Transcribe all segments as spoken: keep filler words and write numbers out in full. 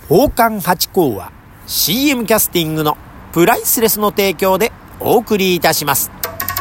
宝冠八甲は シーエム キャスティングのプライスレスの提供でお送りいたします。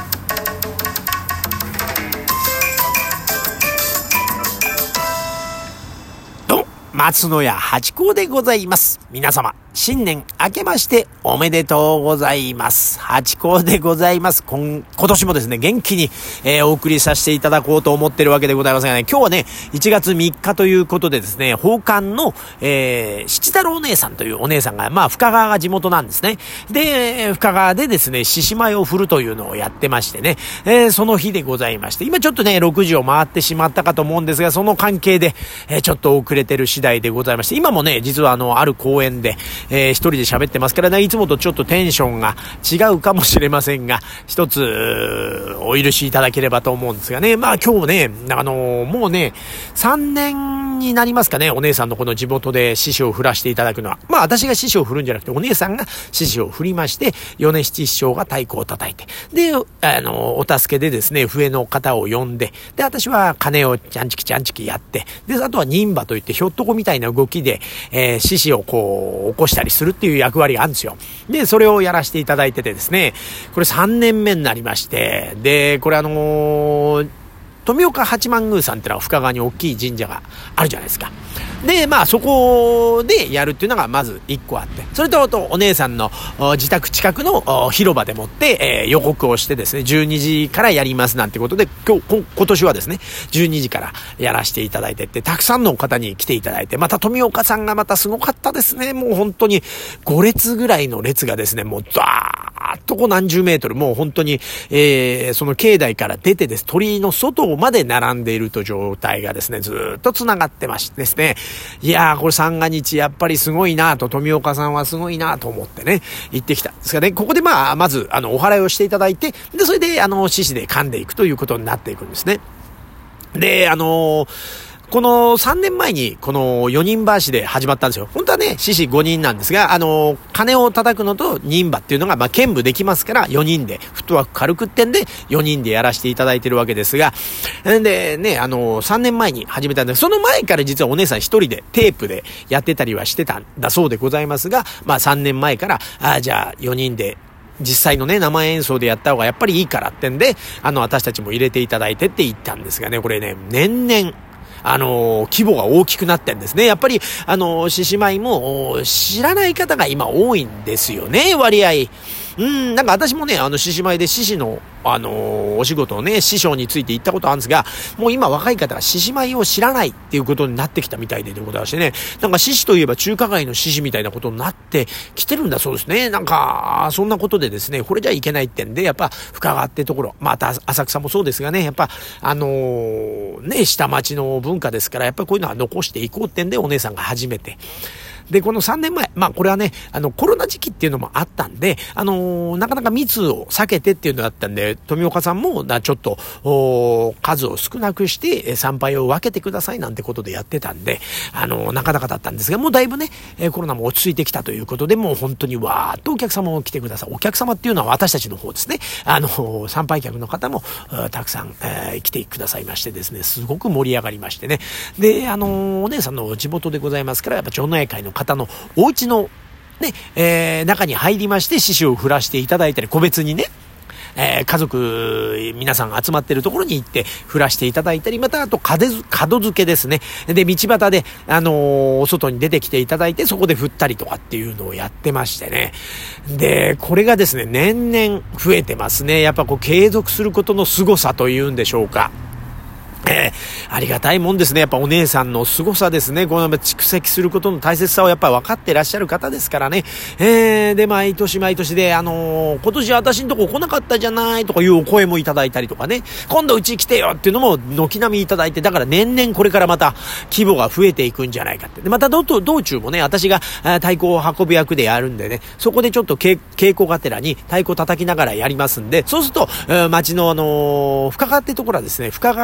どうも松野屋八甲でございます。皆様新年明けましておめでとうございます。八甲でございます。今, 今年もですね元気に、えー、お送りさせていただこうと思ってるわけでございますがね、今日はねいちがつみっかということでですね、宝冠の、えー、七太郎姉さんというお姉さんが、まあ深川が地元なんですね。で深川でですね獅子舞を振るというのをやってましてね、えー、その日でございまして、今ちょっとねろくじを回ってしまったかと思うんですが、その関係で、えー、ちょっと遅れてる次第でございまして、今もね実はあのある公園でえー、一人で喋ってますからね、いつもとちょっとテンションが違うかもしれませんが、一つお許しいただければと思うんですがね。まあ今日ね、あのー、もうねさんねんになりますかね、お姉さんのこの地元で獅子を振らしていただくのは。まあ私が獅子を振るんじゃなくて、お姉さんが獅子を振りまして、米七師匠が太鼓を叩いて、であのー、お助けでですね笛の方を呼んで、で私は鐘をちゃんちきちゃんちきやって、であとは忍馬といってひょっとこみたいな動きで、えー、獅子をこう起こしたりするっていう役割があるんですよ。でそれをやらせていただいててですね、これさんねんめになりまして、でこれあのー、富岡八幡宮さんってのは深川に大きい神社があるじゃないですか。でまあそこでやるっていうのがまずいっこあって、それとお姉さんの自宅近くの広場でもって、えー、予告をしてですね、じゅうにじからやりますなんてことで、今日今年はですねじゅうにじからやらせていただいてって、たくさんの方に来ていただいて、また富岡さんがまたすごかったですね。もう本当にご列ぐらいの列がですね、もうダーッとこう何十メートル、もう本当に、えー、その境内から出てです、鳥居の外まで並んでいると状態がですねずーっとつながってましてですね、いやーこれ三が日やっぱりすごいなと、富岡さんはすごいなと思ってね行ってきたんですがね、ここでまあまずあのお祓いをしていただいて、でそれであの獅子で噛んでいくということになっていくんですね。であのーこのさんねんまえにこのよにんばしで始まったんですよ。本当はね獅子ごにんなんですが、あの鐘を叩くのと忍馬っていうのがまあ兼部できますから、よにんでフットワーク軽くってんでよにんでやらせていただいてるわけですが、でねあのさんねんまえに始めたんで、その前から実はお姉さん一人でテープでやってたりはしてたんだそうでございますが、まあさんねんまえからあじゃあよにんで実際のね生演奏でやった方がやっぱりいいからってんで、あの私たちも入れていただいてって言ったんですがね、これね年々あのー、規模が大きくなってんですね。やっぱりあのー、獅子舞も知らない方が今多いんですよね、割合。うん、なんか私もね、あの獅子舞で獅子のあのー、お仕事をね、師匠について行ったことあるんですが、もう今若い方が獅子舞を知らないっていうことになってきたみたいででございましてね、なんか獅子といえば中華街の獅子みたいなことになってきてるんだそうですね。なんかそんなことでですね、これじゃいけないってんで、やっぱ深川ってところ、また浅草もそうですがね、やっぱあのー、ね下町の文化ですから、やっぱりこういうのは残していこうってんでお姉さんが始めて、でこのさんねんまえ、まあこれはねあのコロナ時期っていうのもあったんで、あのー、なかなか密を避けてっていうのだったんで、富岡さんもちょっと数を少なくして参拝を分けてくださいなんてことでやってたんで、あのー、なかなかだったんですが、もうだいぶねコロナも落ち着いてきたということで、もう本当にわーっとお客様も来てください。お客様っていうのは私たちの方ですね。あのー、参拝客の方もたくさん、えー、来てくださいましてですね、すごく盛り上がりましてね。であのー、お姉さんの地元でございますから、やっぱ町内会の方のお家のね、えー、中に入りまして獅子を振らしていただいたり、個別にね、えー、家族皆さん集まってるところに行って振らしていただいたり、またあと門付けですね。で道端であのー、お外に出てきていただいて、そこで振ったりとかっていうのをやってましてね。でこれがですね年々増えてますね。やっぱこう継続することの凄さというんでしょうか。えー、ありがたいもんですね。やっぱお姉さんの凄さですね。この蓄積することの大切さをやっぱり分かってらっしゃる方ですからね。えー、で毎年毎年であのー、今年私のとこ来なかったじゃないとかいうお声もいただいたりとかね、今度うち来てよっていうのも軒並みいただいて、だから年々これからまた規模が増えていくんじゃないかって。でまた道中もね、私が太鼓を運ぶ役でやるんでね、そこでちょっと稽古がてらに太鼓叩きながらやりますんで、そうすると、えー、町のあのー、深川ってところはですね、深川の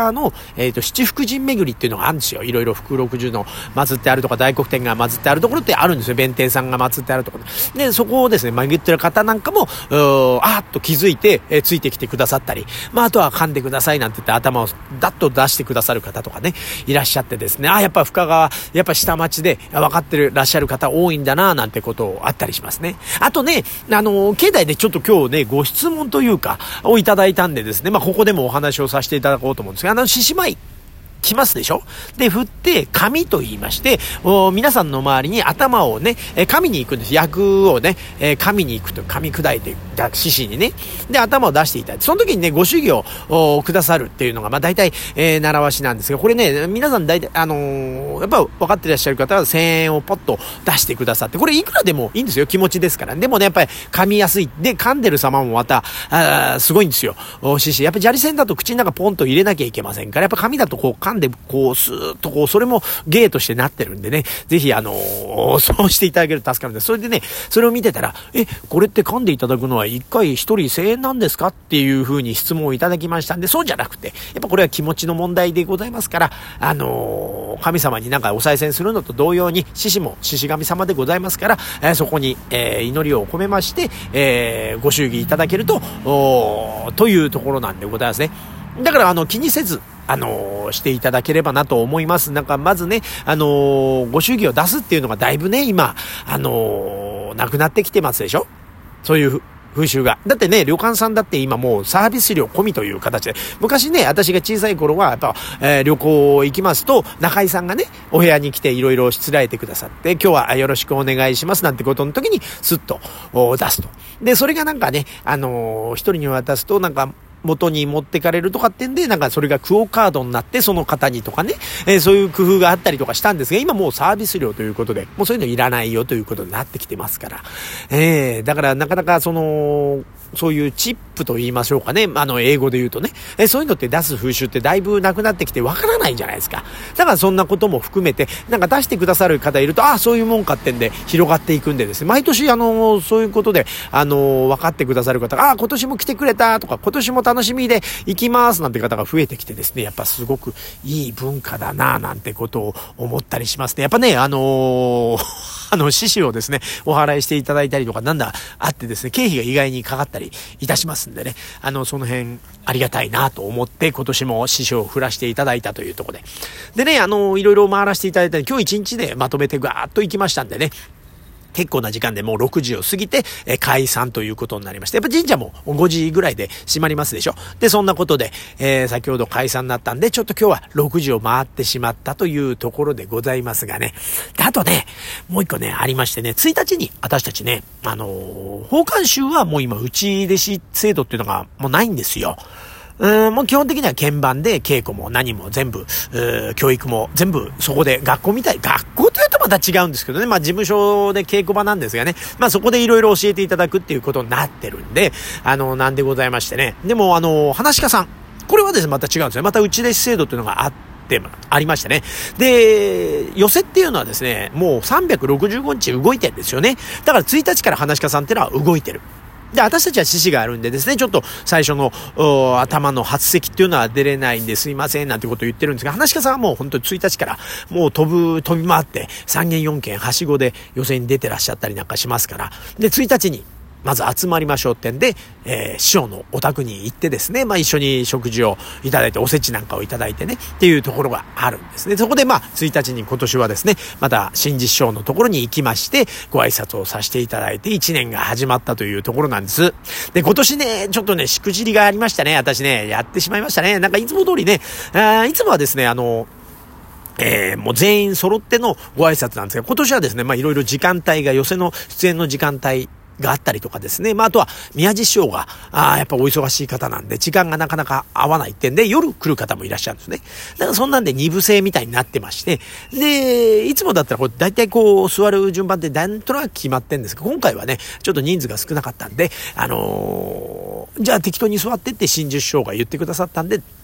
えっと、七福神巡りっていうのがあるんですよ。いろいろ福六十の祀ってあるとか、大黒天が祀ってあるところってあるんですよ。弁天さんが祀ってあるところ。で、そこをですね、巡ってる方なんかも、うーあーっと気づいて、えー、ついてきてくださったり、まあ、あとは噛んでくださいなんて言って頭をダッと出してくださる方とかね、いらっしゃってですね、ああ、やっぱ深川、やっぱ下町で分かってるらっしゃる方多いんだな、なんてことあったりしますね。あとね、あの、境内でちょっと今日ね、ご質問というか、をいただいたんでですね、まあ、ここでもお話をさせていただこうと思うんですが、あの、獅子舞来ますでしょ。で、振って、神と言いまして、皆さんの周りに頭をね、え神に行くんです。役をね、え神に行くと、神砕いて、獅子にね。で、頭を出していただいて、その時にね、ご祝儀をくださるっていうのが、まあ大体、えー、習わしなんですが、これね、皆さん大体、あのー、やっぱ分かってらっしゃる方はせんえんをポッと出してくださって、これいくらでもいいんですよ。気持ちですから。でもね、やっぱり噛みやすい。で、噛んでる様もまた、あすごいんですよ。獅子。やっぱり砂利線だと口の中ポンと入れなきゃいけませんから、やっぱ紙だとこう噛んで、こう、スーッとこう、それも芸としてなってるんでね、ぜひ、あのー、そうしていただけると助かるんです。それでね、それを見てたら、え、これって噛んでいただくのは一回一人せんえんなんですかっていう風に質問をいただきましたんで、そうじゃなくて、やっぱこれは気持ちの問題でございますから、あのー、神様になんかお賽銭するのと同様に、獅子も獅子神様でございますから、えー、そこに、えー、祈りを込めまして、えー、ご祝儀いただけると、というところなんでございますね。だから、あの、気にせず、あのー、していただければなと思います。なんか、まずね、あのー、ご祝儀を出すっていうのがだいぶね、今、あのー、なくなってきてますでしょ？そういう風習が。だってね、旅館さんだって今もうサービス料込みという形で、昔ね、私が小さい頃は、やっぱ、えー、旅行行きますと、中井さんがね、お部屋に来ていろいろしつらえてくださって、今日はよろしくお願いしますなんてことの時に、スッと出すと。で、それがなんかね、あのー、一人に渡すと、なんか、元に持ってかれるとかってんで、なんかそれがクオカードになってその方にとかね、えー、そういう工夫があったりとかしたんですが、今もうサービス料ということで、もうそういうのいらないよということになってきてますから。えー、だからなかなかその、そういうチップと言いましょうかね、あの英語で言うとね、えー、そういうのって出す風習ってだいぶなくなってきてわからないじゃないですか。だからそんなことも含めて、なんか出してくださる方いると、ああ、そういうもんかってんで広がっていくんでですね、毎年あのー、そういうことで、あのー、分かってくださる方が、ああ、今年も来てくれたとか、今年も楽しみで行きますなんて方が増えてきてですね、やっぱすごくいい文化だななんてことを思ったりしますね。やっぱね、あのー、あの、獅子をですね、お払いしていただいたりとか、なんだ、あってですね、経費が意外にかかったりいたしますんでね、あの、その辺、ありがたいなと思って、今年も獅子を振らしていただいたというところで。でね、あの、いろいろ回らせていただいたり、今日一日でまとめてガーッと行きましたんでね、結構な時間でもうろくじを過ぎて、えー、解散ということになりまして、やっぱ神社もごじぐらいで閉まりますでしょ。で、そんなことで、えー、先ほど解散になったんで、ちょっと今日はろくじを回ってしまったというところでございますがね。で、あとね、もう一個ね、ありましてね、ついたちに私たちね、あのー、奉還衆はもう今、内弟子制度っていうのがもうないんですよ。うーん、もう基本的には鍵盤で稽古も何も全部、教育も全部そこで学校みたい、学校というとまた違うんですけどね、まあ事務所で稽古場なんですがね、まあそこでいろいろ教えていただくっていうことになってるんで、あの、なんでございましてね。でもあの、話し家さん、これはですね、また違うんですよ。また内弟子制度っていうのがあって、ありましてね。で、寄せっていうのはですね、もうさんびゃくろくじゅうごにち動いてるんですよね。だからついたちから話し家さんっていうのは動いてる。で、私たちは獅子があるんでですね、ちょっと最初の頭の初席っていうのは出れないんですいませんなんてことを言ってるんですが、話し家さんはもう本当についたちからもう飛ぶ、飛び回ってさんけんよんけんはしごで予選に出てらっしゃったりなんかしますから、で、ついたちにまず集まりましょうってんで、えー、師匠のお宅に行ってですね、まあ一緒に食事をいただいて、おせちなんかをいただいてね、っていうところがあるんですね。そこでまあ、ついたちに今年はですね、また新次師匠のところに行きまして、ご挨拶をさせていただいて、いちねんが始まったというところなんです。で、今年ね、ちょっとね、しくじりがありましたね。私ね、やってしまいましたね。なんかいつも通りね、あいつもはですね、あの、えー、もう全員揃ってのご挨拶なんですが、今年はですね、まあいろいろ時間帯が、寄せの出演の時間帯、があったりとかですね。まあ、あとは、宮地師匠が、ああ、やっぱお忙しい方なんで、時間がなかなか合わないってんで、夜来る方もいらっしゃるんですね。だからそんなんで二部制みたいになってまして、で、いつもだったらこう、大体こう、座る順番ってなんとなく決まってんですが、今回はね、ちょっと人数が少なかったんで、あのー、じゃあ適当に座ってって新十師匠が言ってくださったんで、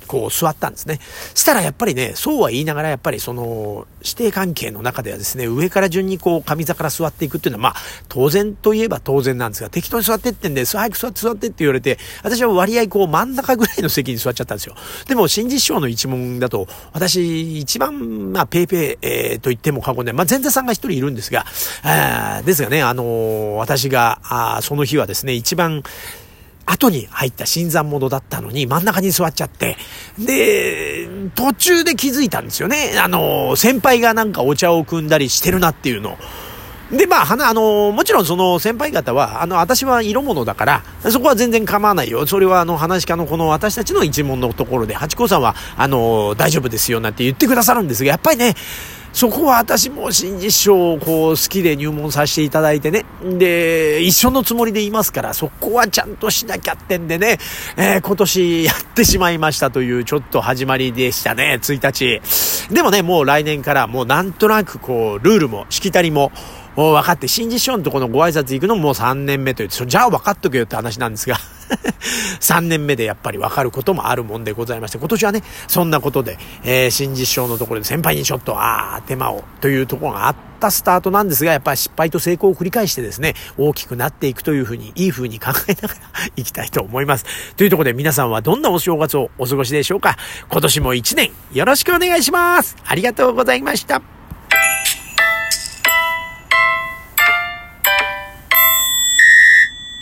こう座ったんですね。したらやっぱりね、そうは言いながらやっぱりその師弟関係の中ではですね、上から順にこう上座から座っていくっていうのはまあ当然といえば当然なんですが、適当に座ってってんで、早く座って座ってって言われて、私は割合こう真ん中ぐらいの席に座っちゃったんですよ。でも新実師匠の一門だと、私一番まあペイペイ、えー、と言っても過言で、まあ前座さんが一人いるんですが、あですがね、あのー、私があその日はですね、一番後に入った新参者だったのに真ん中に座っちゃって、で、途中で気づいたんですよね。あの、先輩がなんかお茶を汲んだりしてるなっていうの。で、まあ、あの、もちろんその先輩方は、あの、私は色物だから、そこは全然構わないよ。それはあの、話し家のこの私たちの一門のところで、八甲さんは、あの、大丈夫ですよなんて言ってくださるんですが、やっぱりね、そこは私も新実師をこう好きで入門させていただいてね。で、一緒のつもりでいますから、そこはちゃんとしなきゃってんでね、えー、今年やってしまいましたというちょっと始まりでしたね、ついたち。でもね、もう来年からもうなんとなくこう、ルールも、しきたりも、分かって、新実師のところのご挨拶行くのももうさんねんめと言って、じゃあ分かっとけよって話なんですが、さんねんめでやっぱり分かることもあるもんでございまして、今年はね、そんなことで、えー、新実師のところで先輩にちょっと、あー、手間を、というところがあったスタートなんですが、やっぱり失敗と成功を繰り返してですね、大きくなっていくというふうに、いいふうに考えながらいきたいと思います。というところで皆さんはどんなお正月をお過ごしでしょうか。今年も一年よろしくお願いします。ありがとうございました。